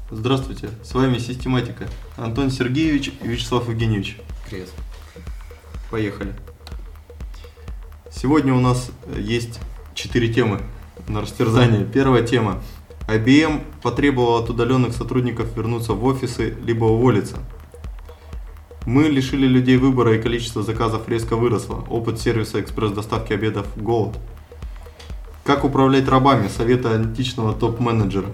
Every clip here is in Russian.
Здравствуйте, с вами Систематика. Антон Сергеевич и Вячеслав Евгеньевич. Привет. Поехали. Сегодня у нас есть 4 темы на растерзание. Первая тема. IBM потребовала от удаленных сотрудников вернуться в офисы, либо уволиться. Мы лишили людей выбора, и количество заказов резко выросло. Опыт сервиса экспресс-доставки обедов голод. Как управлять рабами? Советы античного топ-менеджера.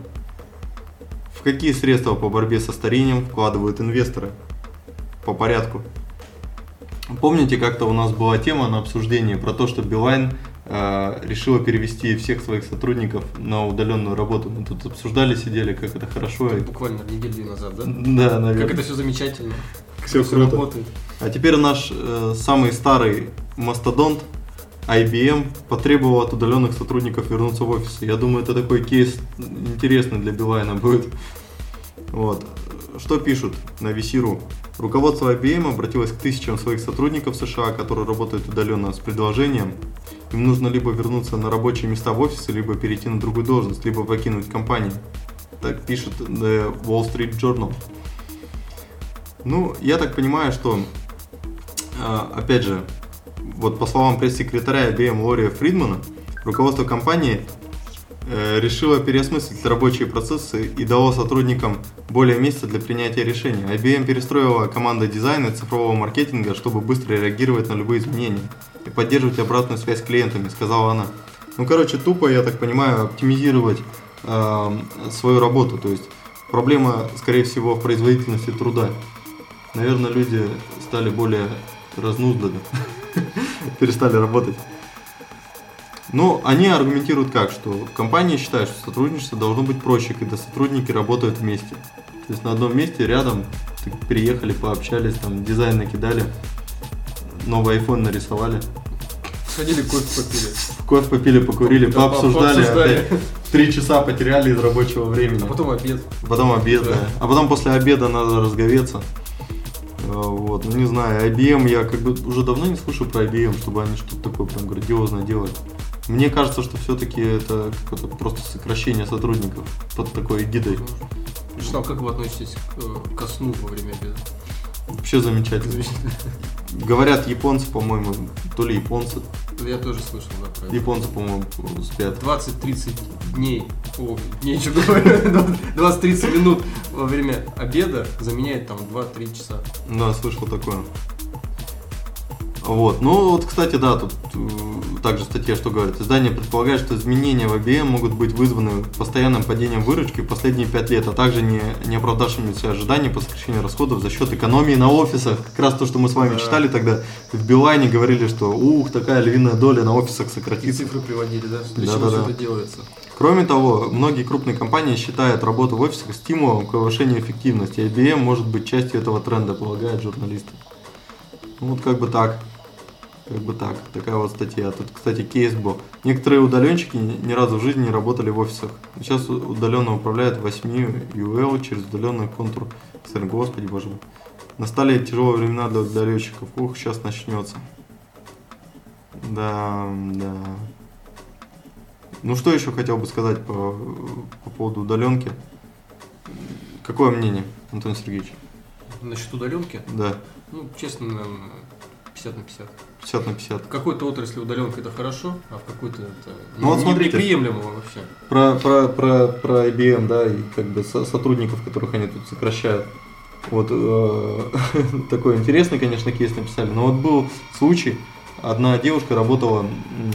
В какие средства по борьбе со старением вкладывают инвесторы? По порядку. Помните, как-то у нас была тема на обсуждение про то, что Билайн решила перевести всех своих сотрудников на удаленную работу. Мы тут обсуждали, сидели, как это хорошо. Буквально неделю назад, да? Да, наверное. Как это все замечательно. Все круто. Работает. А теперь наш самый старый мастодонт IBM потребовал от удаленных сотрудников вернуться в офисы. Я думаю, это такой кейс интересный для Билайна будет. Вот. Что пишут на VC.ru? Руководство IBM обратилось к тысячам своих сотрудников США, которые работают удаленно, с предложением: им нужно либо вернуться на рабочие места в офисы, либо перейти на другую должность, либо покинуть компанию. Так пишет The Wall Street Journal. Ну, я так понимаю, что, опять же, вот по словам пресс-секретаря IBM Лори Фридмана, руководство компании решило переосмыслить рабочие процессы и дало сотрудникам более месяца для принятия решений. IBM перестроила команды дизайна и цифрового маркетинга, чтобы быстро реагировать на любые изменения и поддерживать обратную связь с клиентами, сказала она. Ну, короче, тупо, я так понимаю, оптимизировать свою работу. То есть проблема, скорее всего, в производительности труда. Наверное, люди стали более разнузданными, перестали работать. Но они аргументируют как, что компании считают, что сотрудничество должно быть проще, когда сотрудники работают вместе. То есть на одном месте рядом приехали, пообщались, там дизайн накидали, новый iPhone нарисовали. Сходили, кофе попили. Кофе попили, покурили, пообсуждали. Опять 3 часа потеряли из рабочего времени. А потом обед. Потом обед, да. А потом после обеда надо разговеться. Вот, ну не знаю, IBM, я как бы уже давно не слышу про IBM, чтобы они что-то такое прям грандиозное делали. Мне кажется, что все-таки это какое-то просто сокращение сотрудников под такой эгидой. Вячеслав, как вы относитесь ко сну во время обеда? Вообще замечательно. Говорят, японцы, по-моему, то ли японцы. Я тоже слышал, да, про это. Японцы, по-моему, спят. 20-30 дней, нечего говорить, 20-30 минут во время обеда заменяет там 2-3 часа. Да, слышал такое. Вот, ну вот, кстати, да, тут также статья что говорит. Издание предполагает, что изменения в IBM могут быть вызваны постоянным падением выручки в последние 5 лет, а также не оправдавшимися ожиданиями по сокращению расходов за счет экономии на офисах. Как раз то, что мы с вами читали тогда в Билайне, говорили, что такая львиная доля на офисах сократится. И цифры приводили, да? Для чего все это делается? Кроме того, многие крупные компании считают работу в офисах стимулом к повышению эффективности. IBM может быть частью этого тренда, полагают журналисты. Ну вот как бы так. Такая вот статья. Тут, кстати, кейс был. Некоторые удаленщики ни разу в жизни не работали в офисах. Сейчас удаленно управляют 8 UL через удаленный контур. Господи боже мой. Настали тяжелые времена для удаленщиков. Сейчас начнется. Да. Ну что еще хотел бы сказать по поводу удаленки? Какое мнение, Антон Сергеевич? Насчет удаленки? Да. Ну, честно, наверное, 50 на 50. 50 на 50. В какой-то отрасли удаленка это хорошо, а в какой-то это вот смотрите, неприемлемо вообще. Про IBM, да, и как бы сотрудников, которых они тут сокращают. Вот такой интересный, конечно, кейс написали. Но вот был случай, одна девушка работала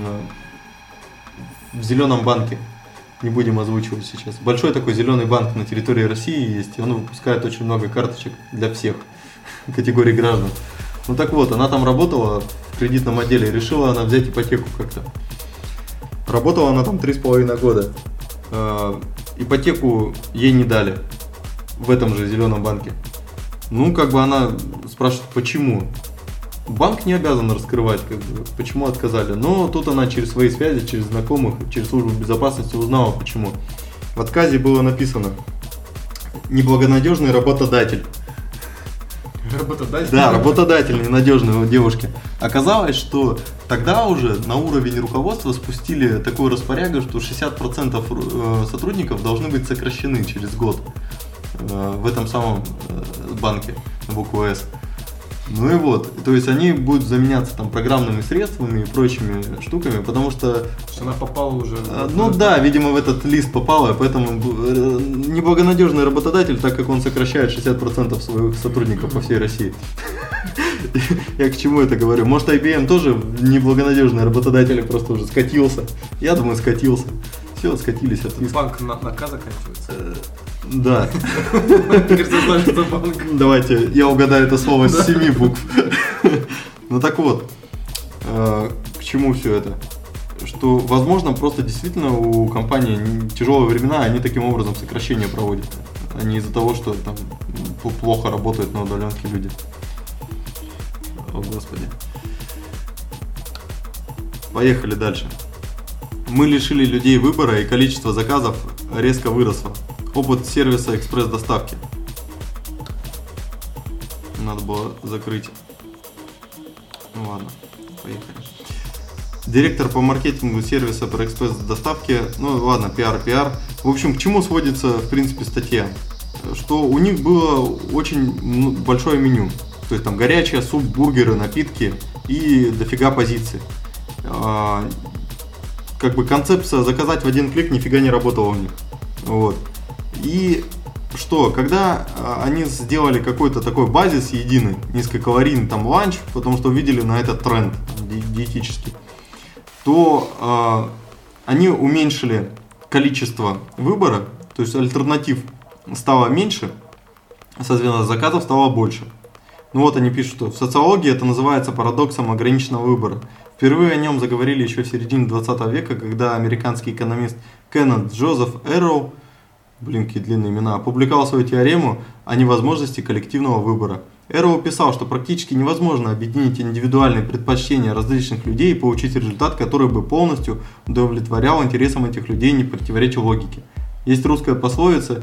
в зеленом банке. Не будем озвучивать сейчас. Большой такой зеленый банк на территории России есть, и он выпускает очень много карточек для всех категорий граждан. Ну так вот, она там работала в кредитном отделе, и решила она взять ипотеку как-то. Работала она там 3,5 года. Ипотеку ей не дали в этом же зеленом банке. Ну, как бы она спрашивает, почему? Банк не обязан раскрывать, как бы, почему отказали. Но тут она через свои связи, через знакомых, через службу безопасности узнала, почему. В отказе было написано: неблагонадежный работодатель. Работодатель? Да, работодатель ненадежный у девушки. Оказалось, что тогда уже на уровень руководства спустили такой распорядок, что 60% сотрудников должны быть сокращены через год. в этом самом банке на букву «С». Ну и вот, то есть они будут заменяться там программными средствами и прочими штуками, потому что... Она попала уже... Ну да, видимо, в этот лист попала, поэтому неблагонадежный работодатель, так как он сокращает 60% своих сотрудников по всей России. Я к чему это говорю? Может, IBM тоже неблагонадежный работодатель, просто уже скатился? Я думаю, скатился. Все, скатились от риска. Банк на К заканчивается. Да. Давайте, я угадаю это слово с 7 букв. Ну так вот, к чему все это? Что, возможно, просто действительно у компании тяжелые времена, они таким образом сокращения проводят. А не из-за того, что там плохо работают на удаленке люди. О, Господи. Поехали дальше. Мы лишили людей выбора, и количество заказов резко выросло. Опыт сервиса экспресс-доставки. Надо было закрыть. Ну ладно, поехали. Директор по маркетингу сервиса про экспресс-доставки. Ну ладно, пиар. В общем, к чему сводится, в принципе, статья? Что у них было очень большое меню. То есть там горячее, суп, бургеры, напитки и дофига позиций. Как бы концепция заказать в один клик нифига не работала у них. Вот. И что, когда они сделали какой-то такой базис единый, низкокалорийный там ланч, потому что увидели на этот тренд диетический, то они уменьшили количество выбора, то есть альтернатив стало меньше, соответственно, заказов стало больше. Ну вот они пишут, что в социологии это называется парадоксом ограниченного выбора. Впервые о нем заговорили еще в середине 20 века, когда американский экономист Кеннет Джозеф Эрроу, какие длинные имена, опубликовал свою теорему о невозможности коллективного выбора. Эрроу писал, что практически невозможно объединить индивидуальные предпочтения различных людей и получить результат, который бы полностью удовлетворял интересам этих людей и не противоречил логике. Есть русская пословица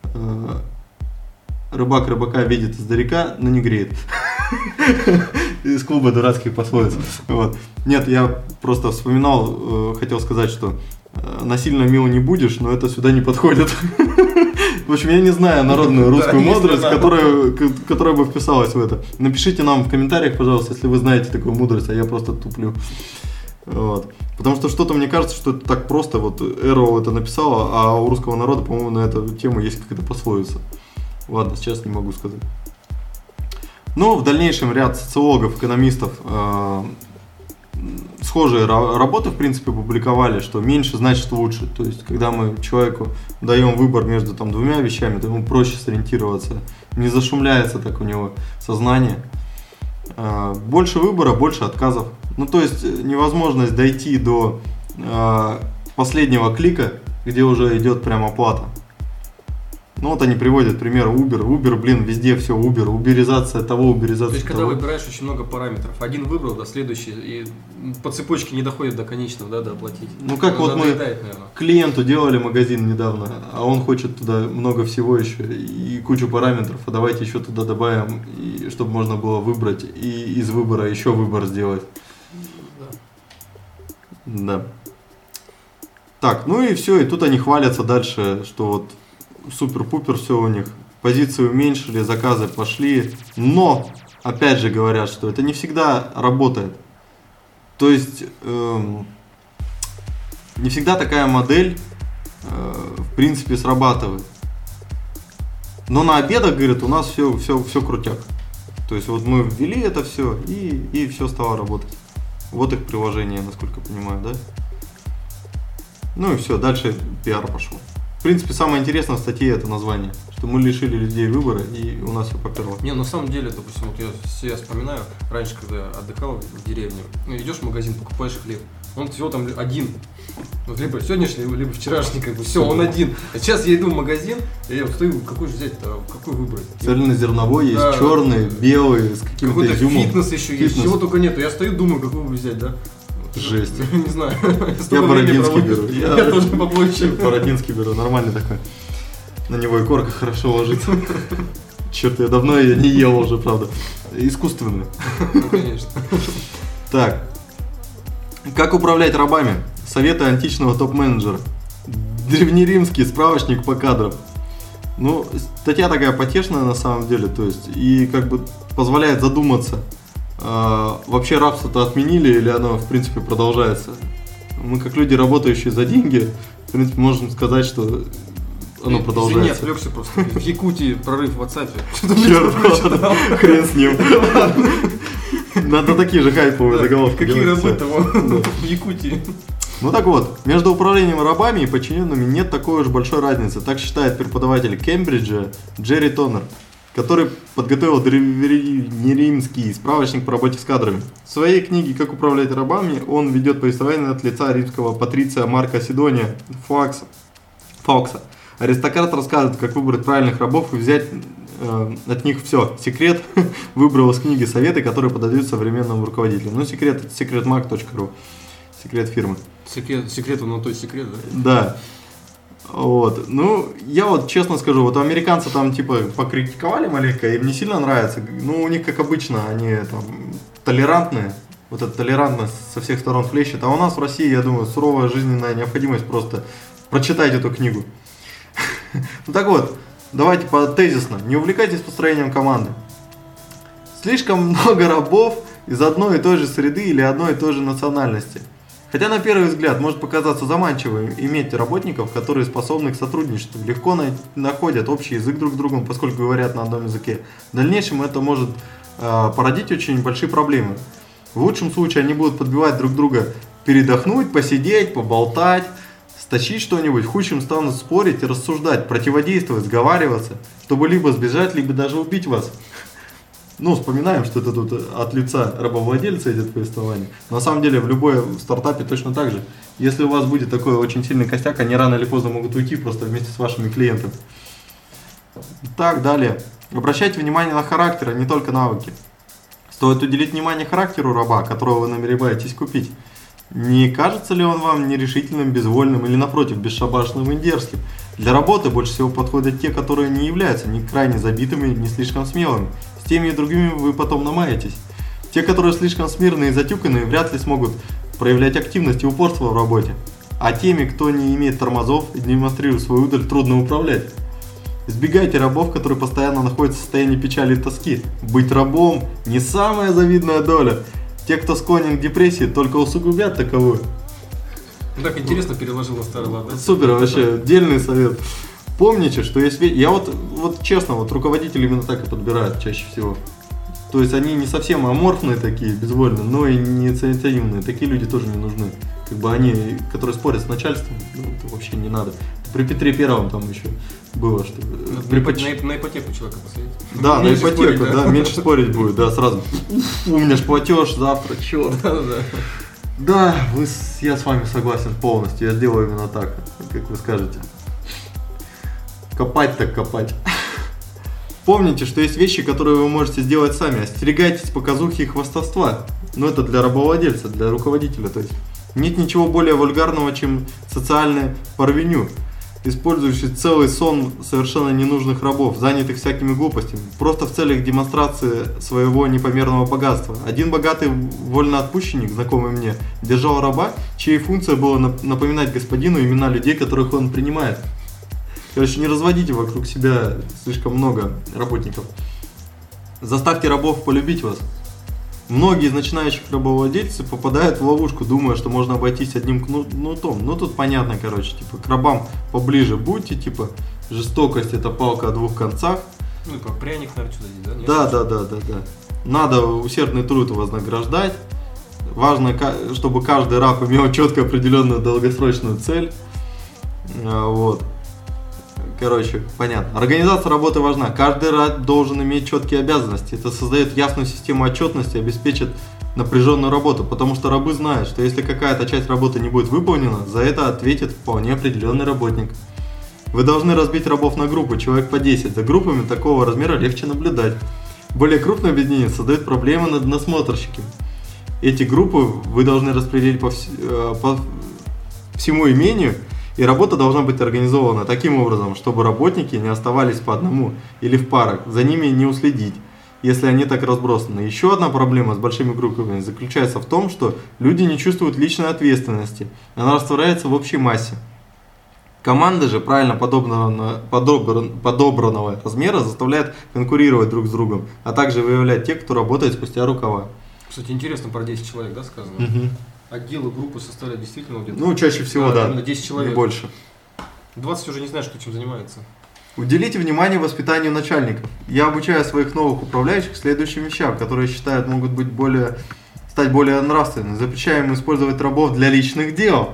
«Рыбак рыбака видит издалека, но не греет». Из клуба дурацких пословиц. Вот. Нет, я просто вспоминал, хотел сказать, что насильно мил не будешь, но это сюда не подходит. В общем, я не знаю народную русскую мудрость, которая бы вписалась в это. Напишите нам в комментариях, пожалуйста, если вы знаете такую мудрость, а я просто туплю. Вот. Потому что что-то мне кажется, что это так просто. Вот Эрроу это написала, а у русского народа, по-моему, на эту тему есть какая-то пословица. Ладно, сейчас не могу сказать. Но в дальнейшем ряд социологов, экономистов схожие работы, в принципе, публиковали, что меньше значит лучше. То есть, когда мы человеку даем выбор между там, двумя вещами, то ему проще сориентироваться. Не зашумляется так у него сознание. Больше выбора, больше отказов. Ну, то есть, невозможность дойти до последнего клика, где уже идет прям оплата. Ну вот они приводят пример Uber, блин, везде все Uber, уберизация того, уберизация того. То есть, когда выбираешь очень много параметров, один выбрал, да, следующий, и по цепочке не доходит до конечного, да, до оплатить. Ну как вот мы клиенту делали магазин недавно, а он хочет туда много всего еще и кучу параметров, а давайте еще туда добавим, чтобы можно было выбрать и из выбора еще выбор сделать. Да. Так, ну и все, и тут они хвалятся дальше, что вот супер-пупер все у них, позиции уменьшили, заказы пошли, но, опять же говорят, что это не всегда работает. То есть, не всегда такая модель, в принципе, срабатывает. Но на обедах, говорят, у нас все крутяк. То есть, вот мы ввели это все, и все стало работать. Вот их приложение, насколько понимаю, да? Ну и все, дальше пиар пошел. В принципе, самое интересное в статье это название, что мы лишили людей выбора, и у нас все поперло. Не, на самом деле, допустим, вот я себя вспоминаю, раньше, когда отдыхал в деревне, идешь в магазин, покупаешь хлеб, он всего там один. Вот либо сегодняшний, либо вчерашний, как бы, все, он один. А сейчас я иду в магазин, и я стою, какой же взять-то, какой выбрать? Цельнозерновой есть, да, черный, белый, с каким-то изюмом. Фитнес еще есть, чего только нету. Я стою, думаю, какой бы взять, да? Жесть. Не знаю. Я Бородинский беру. Я тоже поплачу. Бородинский беру, нормальный такой. На него и корка хорошо ложится. Черт, я давно ее не ел уже, правда. Искусственный. Ну, конечно. Так. Как управлять рабами? Советы античного топ-менеджера. Древнеримский справочник по кадрам. Ну, статья такая потешная на самом деле, то есть, и как бы позволяет задуматься, вообще рабство-то отменили или оно, в принципе, продолжается. Мы, как люди, работающие за деньги, в принципе, можем сказать, что оно продолжается. Извини, отвлекся просто. В Якутии прорыв в WhatsApp. Хрен с ним. Надо такие же хайповые заголовки. Какие рабы того в Якутии? Ну так вот, между управлением рабами и подчиненными нет такой уж большой разницы. Так считает преподаватель Кембриджа Джерри Тоннер, который подготовил древнеримский справочник по работе с кадрами. В своей книге «Как управлять рабами» он ведет повествование от лица римского патриция Марка Сидония Фаукса. Аристократ рассказывает, как выбрать правильных рабов и взять от них все. Секрет выбрал из книги советы, которые подойдут современным руководителям. Ну, секрет это secretmag.ru. Секрет фирмы. Секрет, ну то есть секрет, да? Да. Вот. Ну, я вот честно скажу, вот американцы там типа покритиковали маленько, им не сильно нравится. Ну, у них, как обычно, они там толерантные. Вот эта толерантность со всех сторон хлещет. А у нас в России, я думаю, суровая жизненная необходимость просто прочитать эту книгу. Ну так вот, давайте тезисно. Не увлекайтесь построением команды. Слишком много рабов из одной и той же среды или одной и той же национальности. Хотя на первый взгляд может показаться заманчивым иметь работников, которые способны к сотрудничеству, легко находят общий язык друг с другом, поскольку говорят на одном языке. В дальнейшем это может породить очень большие проблемы. В лучшем случае они будут подбивать друг друга передохнуть, посидеть, поболтать, стащить что-нибудь. В худшем станут спорить и рассуждать, противодействовать, сговариваться, чтобы либо сбежать, либо даже убить вас. Ну, вспоминаем, что это тут от лица рабовладельца идет повествование. На самом деле, в любой стартапе точно так же. Если у вас будет такой очень сильный костяк, они рано или поздно могут уйти просто вместе с вашими клиентами. Так, далее. Обращайте внимание на характер, а не только навыки. Стоит уделить внимание характеру раба, которого вы намереваетесь купить. Не кажется ли он вам нерешительным, безвольным или, напротив, бесшабашным и дерзким? Для работы больше всего подходят те, которые не являются ни крайне забитыми, ни слишком смелыми. С теми и другими вы потом намаетесь. Те, которые слишком смирные и затюканные, вряд ли смогут проявлять активность и упорство в работе. А теми, кто не имеет тормозов и демонстрирует свою удаль, трудно управлять. Избегайте рабов, которые постоянно находятся в состоянии печали и тоски. Быть рабом – не самая завидная доля. Те, кто склонен к депрессии, только усугубят таковую. Ну, так интересно переложил на старый лад. Супер, вообще, дельный совет. Помните, что есть... Я вот честно, вот руководители именно так и подбирают чаще всего. То есть они не совсем аморфные такие, безвольные, но и не инициативные. Такие люди тоже не нужны. Как бы они, которые спорят с начальством, ну, это вообще не надо. При Петре Первом там еще было, что... На ипотеку человека посадить. Да, на ипотеку, да, меньше спорить будет, да, сразу. У меня ж платеж завтра, черт. Да, я с вами согласен полностью, я сделаю именно так, как вы скажете. Копать так копать. Помните, что есть вещи, которые вы можете сделать сами. Остерегайтесь показухи и хвастовства. Но это для рабовладельца, для руководителя. То есть нет ничего более вульгарного, чем социальное порвеню, использующий целый сон совершенно ненужных рабов, занятых всякими глупостями, просто в целях демонстрации своего непомерного богатства. Один богатый вольноотпущенник, знакомый мне, держал раба, чьей функцией было напоминать господину имена людей, которых он принимает. Короче, не разводите вокруг себя слишком много работников. Заставьте рабов полюбить вас. Многие из начинающих рабовладельцев попадают в ловушку, думая, что можно обойтись одним кнутом. Ну тут понятно, короче, типа к рабам поближе будьте, типа жестокость это палка о двух концах. Ну и как пряник, наверное, сюда, да? Да. Надо усердный труд вознаграждать. Важно, чтобы каждый раб имел четко определенную долгосрочную цель. Вот. Короче, понятно. Организация работы важна. Каждый раб должен иметь четкие обязанности. Это создает ясную систему отчетности, обеспечит напряженную работу. Потому что рабы знают, что если какая-то часть работы не будет выполнена, за это ответит вполне определенный работник. Вы должны разбить рабов на группы, человек по 10. За группами такого размера легче наблюдать. Более крупное объединение создает проблемы над надсмотрщиками. Эти группы вы должны распределить по всему имению. И работа должна быть организована таким образом, чтобы работники не оставались по одному или в парах, за ними не уследить, если они так разбросаны. Еще одна проблема с большими группами заключается в том, что люди не чувствуют личной ответственности, она растворяется в общей массе. Команды же правильно подобранного размера заставляют конкурировать друг с другом, а также выявлять тех, кто работает спустя рукава. Кстати, интересно про 10 человек, да, сказано? Угу. Отделы группы составляют действительно где-то... Ну, чаще всего, да. 10 человек. Не больше. 20 уже не знаешь, кто чем занимается. Уделите внимание воспитанию начальников. Я обучаю своих новых управляющих следующим вещам, которые считают могут быть стать более нравственными. Запрещаем им использовать рабов для личных дел,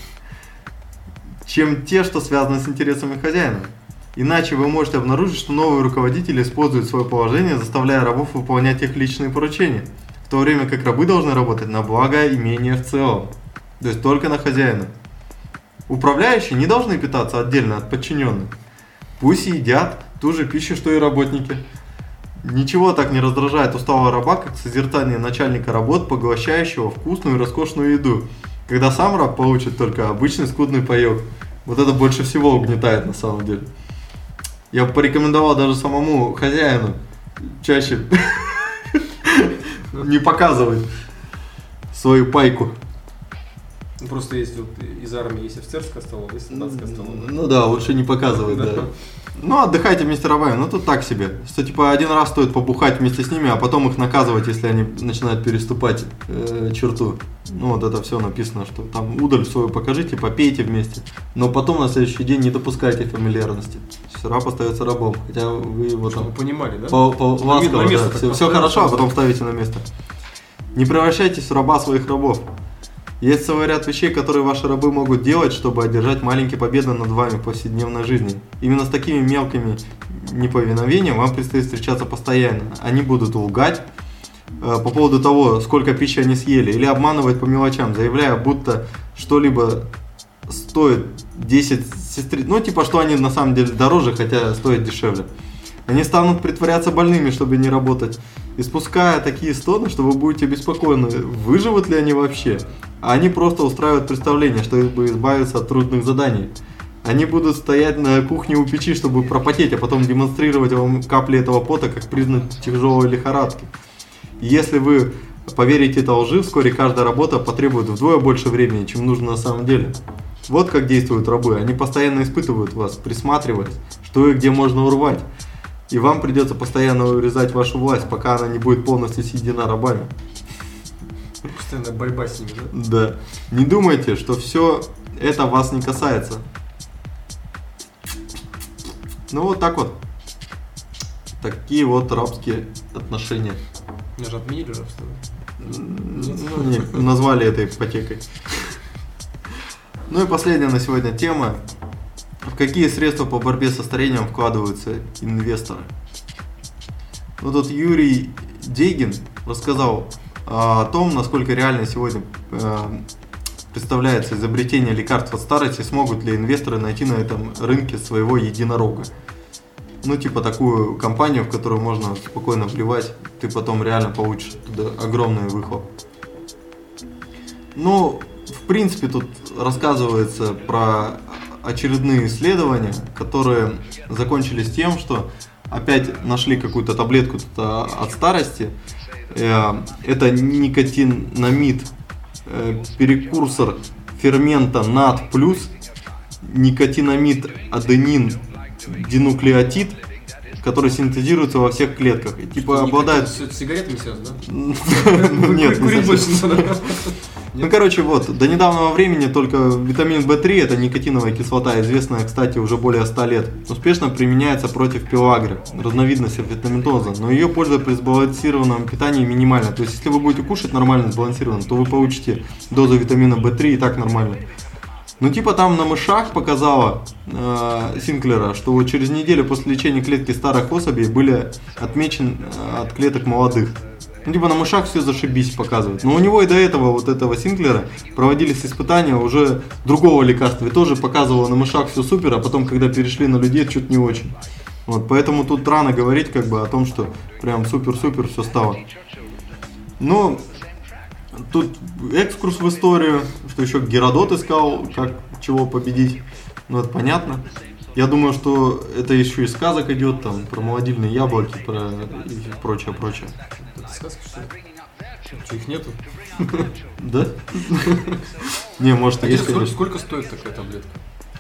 чем те, что связаны с интересами хозяина. Иначе вы можете обнаружить, что новые руководители используют свое положение, заставляя рабов выполнять их личные поручения, в то время как рабы должны работать на благо имения в целом, то есть только на хозяина. Управляющие не должны питаться отдельно от подчиненных. Пусть едят ту же пищу, что и работники. Ничего так не раздражает усталого раба, как созерцание начальника работ, поглощающего вкусную и роскошную еду, когда сам раб получит только обычный скудный паёк. Вот это больше всего угнетает на самом деле. Я бы порекомендовал даже самому хозяину чаще не показывать свою пайку. Просто есть вот из армии есть офицерская столовая, есть солдатская столовая. Ну да, лучше не показывать, да. Ну, отдыхайте вместе с рабами, ну тут так себе. Что типа один раз стоит побухать вместе с ними, а потом их наказывать, если они начинают переступать черту. Ну вот это все написано, что там удаль свою покажите, попейте вместе. Но потом на следующий день не допускайте фамильярности. Раб остается рабом, хотя вы его там... Вы понимали, да? Ласково, да, все хорошо, а потом ставите на место. Не превращайтесь в раба своих рабов. Есть целый ряд вещей, которые ваши рабы могут делать, чтобы одержать маленькие победы над вами в повседневной жизни. Именно с такими мелкими неповиновениями вам предстоит встречаться постоянно. Они будут лгать по поводу того, сколько пищи они съели, или обманывать по мелочам, заявляя, будто что-либо стоит 10 сестриц. Ну, типа, что они на самом деле дороже, хотя стоят дешевле. Они станут притворяться больными, чтобы не работать, испуская такие стоны, что вы будете беспокойны, выживут ли они вообще. А они просто устраивают представление, чтобы избавиться от трудных заданий. Они будут стоять на кухне у печи, чтобы пропотеть, а потом демонстрировать вам капли этого пота как признак тяжелой лихорадки. И если вы поверите этой лжи, вскоре каждая работа потребует вдвое больше времени, чем нужно на самом деле. Вот как действуют рабы. Они постоянно испытывают вас, присматриваясь, что и где можно урвать. И вам придется постоянно урезать вашу власть, пока она не будет полностью съедена рабами. Постоянная борьба с ними, да? Да. Не думайте, что все это вас не касается. Ну вот так вот. Такие вот рабские отношения. Меня же отменили рабство. Ну, не, назвали это ипотекой. Ну и последняя на сегодня тема. В какие средства по борьбе со старением вкладываются инвесторы? Ну тут Юрий Дейгин рассказал о том, насколько реально сегодня представляется изобретение лекарств от старости, смогут ли инвесторы найти на этом рынке своего единорога. Ну типа такую компанию, в которую можно спокойно вливать, ты потом реально получишь туда огромный выхлоп. Ну, в принципе, тут рассказывается про очередные исследования, которые закончились тем, что опять нашли какую-то таблетку от старости. Это никотинамид, перекурсор фермента НАД+, никотинамид аденин динуклеотид, который синтезируется во всех клетках. И типа обладает... С сигаретами связано, да? Нет, курить больше не надо. Ну, короче, вот, до недавнего времени только витамин В3, это никотиновая кислота, известная, кстати, уже более 100 лет, успешно применяется против пилагры, разновидности фитоминтоза, но ее польза при сбалансированном питании минимальна. То есть, если вы будете кушать нормально, сбалансированно, то вы получите дозу витамина В3 и так нормально. Ну, типа там на мышах показала Синклера, что вот через неделю после лечения клетки старых особей были отмечены от клеток молодых. Ну, типа на мышах все зашибись показывает. Но у него и до этого, вот этого Синклера, проводились испытания уже другого лекарства. И тоже показывало на мышах все супер, а потом, когда перешли на людей, что-то не очень. Вот, поэтому тут рано говорить как бы о том, что прям супер-супер все стало. Но тут экскурс в историю, что еще Геродот искал, как чего победить. Ну, это понятно. Я думаю, что это еще из сказок идет, там, про молодильные яблоки, про и прочее. Это сказки, что ли? Что, их нету? Да? Не, может, есть, конечно. Сколько стоит такая таблетка?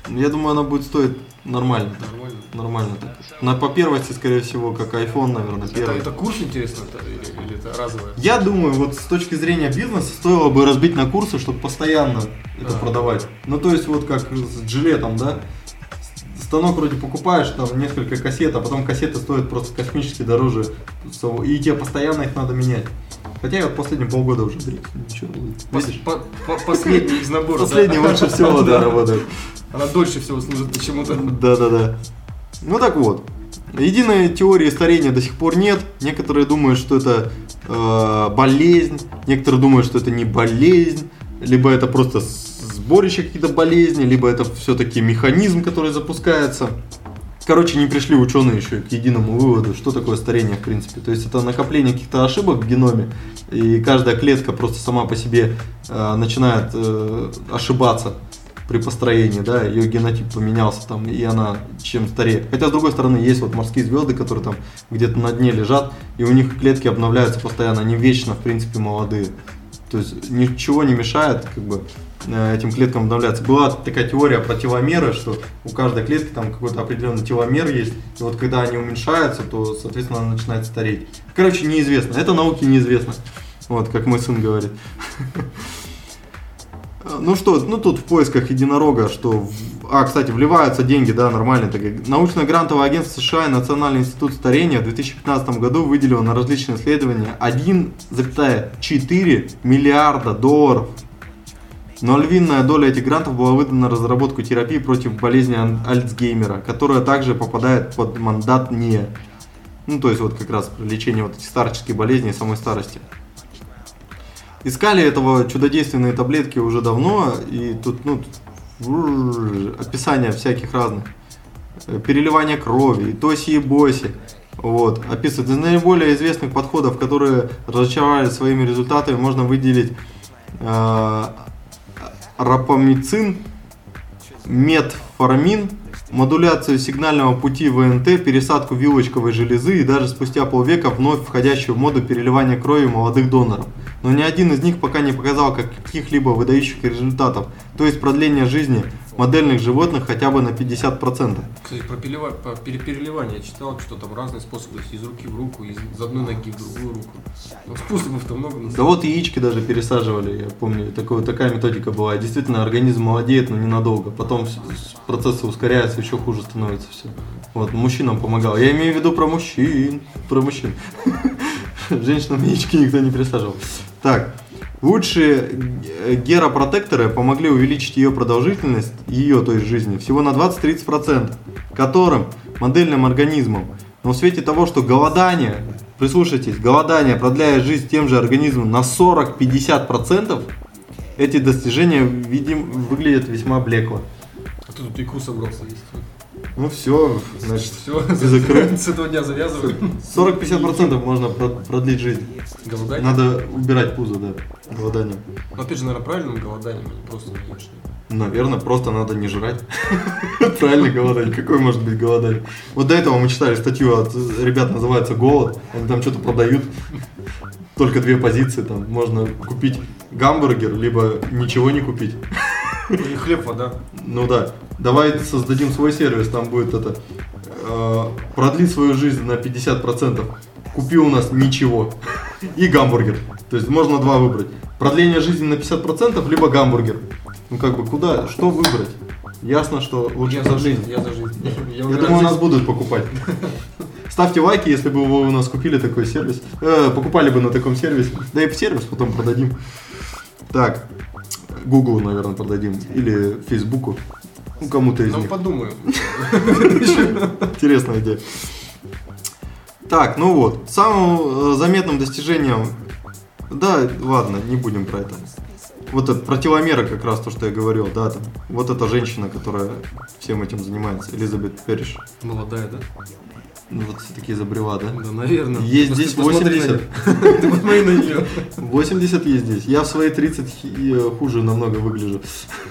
Я думаю, она будет стоить нормально. Нормально так. По первости, скорее всего, как iPhone, наверное, первый. Это курс, интересно, или это разовое? Я думаю, вот с точки зрения бизнеса стоило бы разбить на курсы, чтобы постоянно это продавать. Ну, то есть, вот как с джилетом, да? Станок вроде покупаешь, там несколько кассет, а потом кассеты стоят просто космически дороже. И тебе постоянно их надо менять. Хотя я вот последние полгода уже дрик. Ничего, видишь? Последний из набора. Последний лучше всего, да, работает. Она дольше всего служит почему-то. Да. Ну так вот. Единой теории старения до сих пор нет. Некоторые думают, что это болезнь. Некоторые думают, что это не болезнь. Либо это просто сборище какие-то болезни, либо это все-таки механизм, который запускается. Короче, не пришли ученые еще к единому выводу, что такое старение в принципе. То есть это накопление каких-то ошибок в геноме, и каждая клетка просто сама по себе начинает ошибаться при построении, да, ее генотип поменялся там, и она чем старее. Хотя с другой стороны есть вот морские звезды, которые там где-то на дне лежат, и у них клетки обновляются постоянно, они вечно в принципе молодые. То есть ничего не мешает как бы этим клеткам обновляться. Была такая теория про теломеры, что у каждой клетки там какой-то определенный теломер есть, и вот когда они уменьшаются, то, соответственно, она начинает стареть. Короче, неизвестно, это науке неизвестно, вот как мой сын говорит. Ну что, ну тут в поисках единорога, что... кстати, вливаются деньги, да, нормально. Научное грантовое агентство США и Национальный институт старения в 2015 году выделило на различные исследования 1,4 миллиарда долларов. Но львиная доля этих грантов была выдана на разработку терапии против болезни Альцгеймера, которая также попадает под мандат НИА. Ну, то есть вот как раз лечение вот этих старческих болезней и самой старости. Искали этого чудодейственные таблетки уже давно, и тут, описания всяких разных. Переливание крови, и тоси и боси. Вот. Описывают. Из наиболее известных подходов, которые разочаровали своими результатами, можно выделить рапамицин, метформин, модуляцию сигнального пути ВНТ, пересадку вилочковой железы и даже спустя полвека вновь входящую в моду переливания крови молодых доноров. Но ни один из них пока не показал каких-либо выдающих результатов, то есть продление жизни модельных животных хотя бы на 50%. Кстати, про переливание я читал, что там разные способы, из руки в руку, из одной ноги в другую руку. Но способов-то много. Да вот яички даже пересаживали, я помню, такая методика была. Действительно, организм молодеет, но ненадолго. Потом процессы ускоряются, еще хуже становится все. Вот, мужчинам помогал. Я имею в виду про мужчин. Женщинам яички никто не пересаживал. Так, лучшие геропротекторы помогли увеличить ее продолжительность, то есть жизни, всего на 20-30%, которым модельным организмам. Но в свете того, что голодание, прислушайтесь, голодание продляет жизнь тем же организмом на 40-50%, эти достижения, выглядят весьма блекло. А ты тут икру собрался есть. Ну все, значит, все, закрыт. С этого дня завязываем. 40-50% можно продлить жизнь. Голодание? Надо убирать пузо, да, голоданием. Но опять же, наверное, правильным голоданием, а не просто не ешь. Наверное, просто надо не жрать. Правильно голодание. Какое может быть голодание? Вот до этого мы читали статью от ребят, называется «Голод». Они там что-то продают. Только две позиции. Там можно купить гамбургер, либо ничего не купить. И хлеб, вода. Ну да. Давай создадим свой сервис, там будет это. Продли свою жизнь на 50%. Купи у нас ничего. И гамбургер. То есть можно два выбрать. Продление жизни на 50%, либо гамбургер. Ну как бы куда, что выбрать? Ясно, что лучше продление. Я за жизнь. Я думаю, у нас будут покупать. Ставьте лайки, если бы вы у нас купили такой сервис. Покупали бы на таком сервисе. Да и в сервис потом продадим. Так, Google, наверное, продадим. Или Фейсбуку. Ну, кому-то из них. Ну, подумаем. Интересная идея. Так, ну вот. Самым заметным достижением... Да, ладно, не будем про это. Вот это, про теломеры как раз то, что я говорил, да, там. Вот эта женщина, которая всем этим занимается, Элизабет Перриш. Молодая, да? Ну вот все-таки изобрела, да? Да, наверное. Есть здесь 80. Ты посмотри на нее. 80 есть здесь. Я в свои 30 хуже намного выгляжу.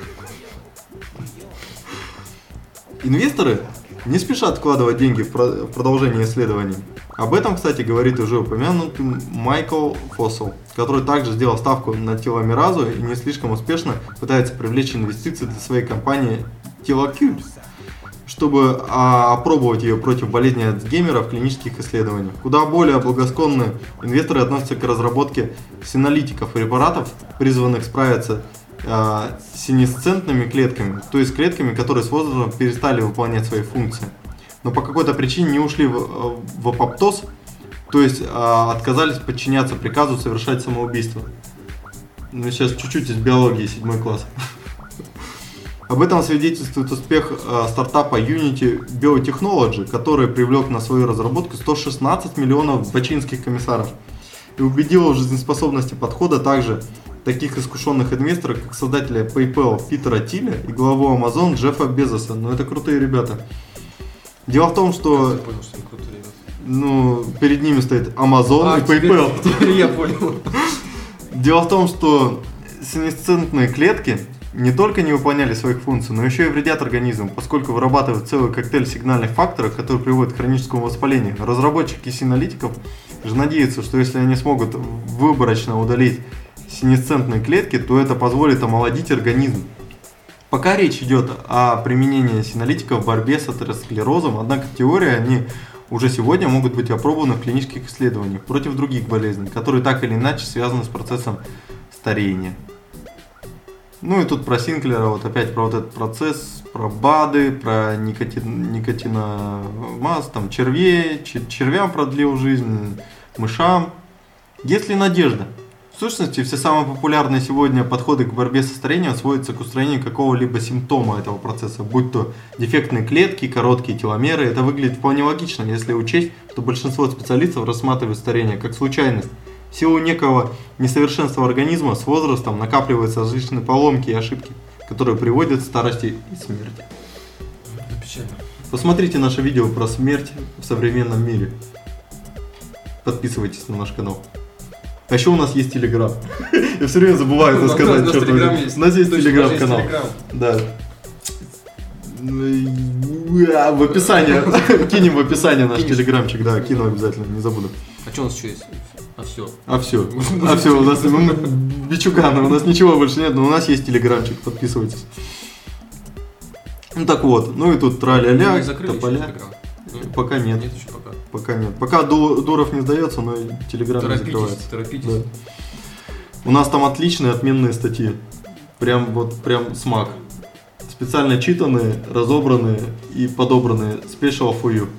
Инвесторы не спешат вкладывать деньги в продолжение исследований. Об этом, кстати, говорит уже упомянутый Майкл Фоссел, который также сделал ставку на теломеразу и не слишком успешно пытается привлечь инвестиции для своей компании Telocube, чтобы опробовать ее против болезни Альцгеймера в клинических исследованиях. Куда более благосклонные инвесторы относятся к разработке синолитиков и препаратов, призванных справиться с синесцентными клетками, то есть клетками, которые с возрастом перестали выполнять свои функции, но по какой-то причине не ушли в апоптоз, то есть отказались подчиняться приказу совершать самоубийство. Ну, сейчас чуть-чуть из биологии, 7 класс. Об этом свидетельствует успех стартапа Unity Biotechnology, который привлек на свою разработку 116 миллионов бачинских комиссаров и убедил в жизнеспособности подхода также таких искушенных инвесторов, как создателя PayPal Питера Тиля и главу Amazon Джеффа Безоса. Ну, это крутые ребята. Дело в том, что... Я понял, что они крутые ребята. Ну, перед ними стоит Amazon и PayPal. Теперь я понял. Дело в том, что синесцентные клетки не только не выполняли своих функций, но еще и вредят организму, поскольку вырабатывают целый коктейль сигнальных факторов, которые приводят к хроническому воспалению. Разработчики синолитиков же надеются, что если они смогут выборочно удалить синесцентные клетки, то это позволит омолодить организм. Пока речь идет о применении синолитиков в борьбе с атеросклерозом, однако в теории они уже сегодня могут быть опробованы в клинических исследованиях против других болезней, которые так или иначе связаны с процессом старения. Ну и тут про Синклера, вот опять про вот этот процесс, про БАДы, про никотиномаз, там червям продлил жизнь, мышам. Есть ли надежда? В сущности, все самые популярные сегодня подходы к борьбе со старением сводятся к устранению какого-либо симптома этого процесса, будь то дефектные клетки, короткие теломеры. Это выглядит вполне логично, если учесть, что большинство специалистов рассматривают старение как случайность. В силу некого несовершенства организма с возрастом накапливаются различные поломки и ошибки, которые приводят к старости и смерти. Это печально. Посмотрите наше видео про смерть в современном мире. Подписывайтесь на наш канал. А еще у нас есть Телеграм. Я все время забываю это сказать. У нас есть Телеграм-канал. Да. В описании. Кинем в описании наш телеграмчик, да, кину обязательно, не забуду. А что у нас еще есть? Все. Все, у нас бичуганы, у нас ничего больше нет, но у нас есть телеграмчик, подписывайтесь. Ну так вот, ну и тут траля-ля, тополя. Пока нет. Нет еще пока. Пока нет. Пока Дуров не сдается, но телеграм не закрывается. Торопитесь. Да. У нас там отличные, отменные статьи. Прям смак. Специально читанные, разобранные и подобранные. Special for you.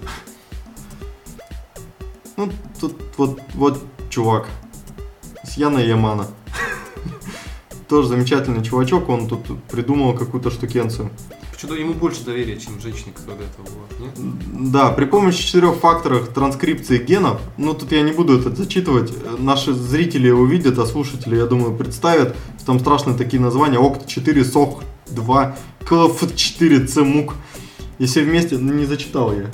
Ну, тут вот чувак. С Яной Ямана. Тоже замечательный чувачок, он тут придумал какую-то штукенцию. Что-то ему больше доверия, чем женщине, которая до этого была, нет? Да, при помощи 4 факторов транскрипции генов, ну тут я не буду это зачитывать, наши зрители увидят, а слушатели, я думаю, представят, что там страшные такие названия: ОКТ-4, СОХ-2, КЛФ-4, ЦМУК. И все вместе, ну не зачитал я.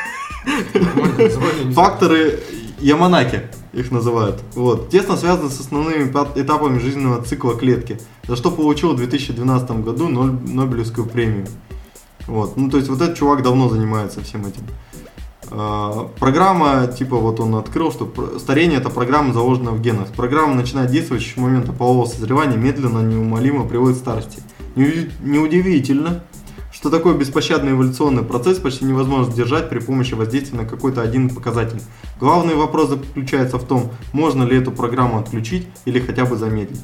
Факторы Яманаки их называют. Вот. Тесно связаны с основными этапами жизненного цикла клетки, за что получил в 2012 году Нобелевскую премию. Вот. Ну, то есть вот этот чувак давно занимается всем этим. Программа, типа вот он открыл, что старение — это программа, заложенная в генах. Программа начинает действовать с момента полового созревания, медленно, неумолимо приводит к старости. Неудивительно, что такой беспощадный эволюционный процесс почти невозможно сдержать при помощи воздействия на какой-то один показатель. Главный вопрос заключается в том, можно ли эту программу отключить или хотя бы замедлить.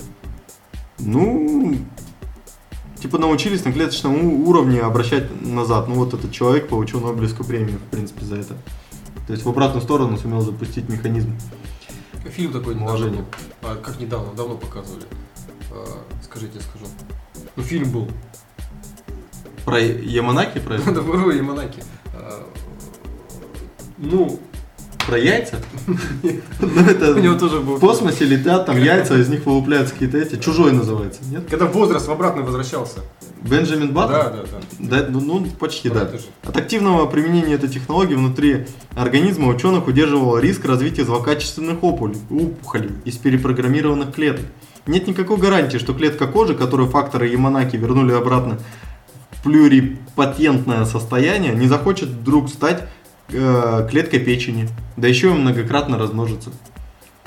Ну, типа научились на клеточном уровне обращать назад. Ну вот этот человек получил Нобелевскую премию, в принципе, за это. То есть в обратную сторону сумел запустить механизм. Фильм такой недавно был. Как недавно? Давно показывали. Скажите, я скажу. Ну, фильм был. Про Яманаки? Про это? Да, про Яманаки. Ну... Про яйца? Ну это у него тоже был. В космосе летят, там яйца, из них вылупляются какие-то эти. Чужой называется, нет? Когда возраст в обратно возвращался. Бенджамин Баттон? Да. Ну, почти, да. От активного применения этой технологии внутри организма ученых удерживал риск развития злокачественных опухолей из перепрограммированных клеток. Нет никакой гарантии, что клетка кожи, которую факторы Яманаки вернули обратно в плюрипатентное состояние, не захочет вдруг стать клеткой печени, да еще и многократно размножится.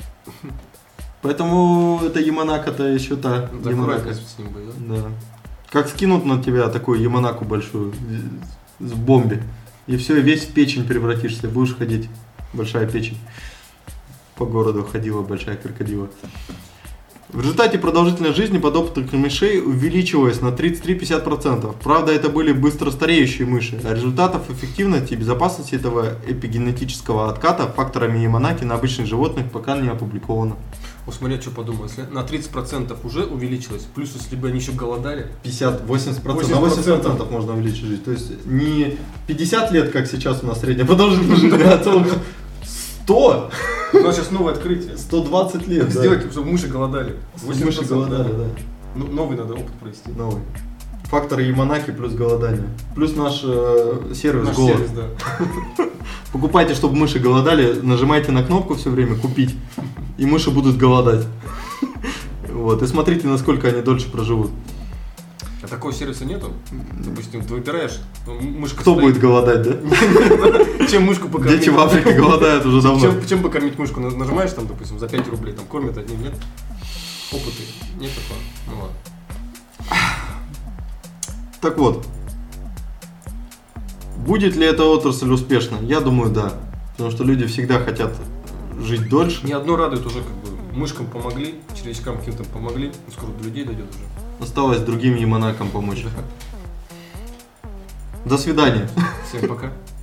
Поэтому это Яманака-то еще та. Аккуратно с ним будет, да? Как скинут на тебя такую яманаку большую в бомбе, и все, весь в печень превратишься, будешь ходить. Большая печень. По городу ходила большая крокодила. В результате продолжительность жизни подопытных мышей увеличилась на 33-50%. Правда, это были быстро стареющие мыши, а результатов эффективности и безопасности этого эпигенетического отката факторами яманаки на обычных животных пока не опубликовано. Вот смотри, что подумал, если на 30% уже увеличилось, плюс если бы они еще голодали. 50-80%. На 80% можно увеличить жизнь. То есть не 50 лет, как сейчас у нас средняя продолжительность жизни, а целых 100. У нас сейчас новое открытие. 120 лет. Сделать, чтобы мыши голодали. Мыши голодали, да. Ну, новый надо опыт провести. Новый. Факторы яманаки плюс голодание. Плюс наш сервис Наш голод. сервис, да. Покупайте, чтобы мыши голодали, нажимайте на кнопку все время «Купить», и мыши будут голодать. Вот, и смотрите, насколько они дольше проживут. А такого сервиса нету? Допустим, ты выбираешь, мышка Кто стоит. будет голодать, да? Чем мышку покормить? Дети в Африке голодают уже давно. Чем покормить мышку? Нажимаешь там, допустим, за 5 рублей, там кормят одним, нет? Опыты. Нет такого? Ну ладно. Так вот, будет ли эта отрасль успешна? Я думаю, да. Потому что люди всегда хотят жить дольше. Не одно радует уже, как бы, мышкам помогли, червячкам каким-то помогли, скоро до людей дойдет уже. Осталось другим яманакам помочь. До свидания. Всем пока.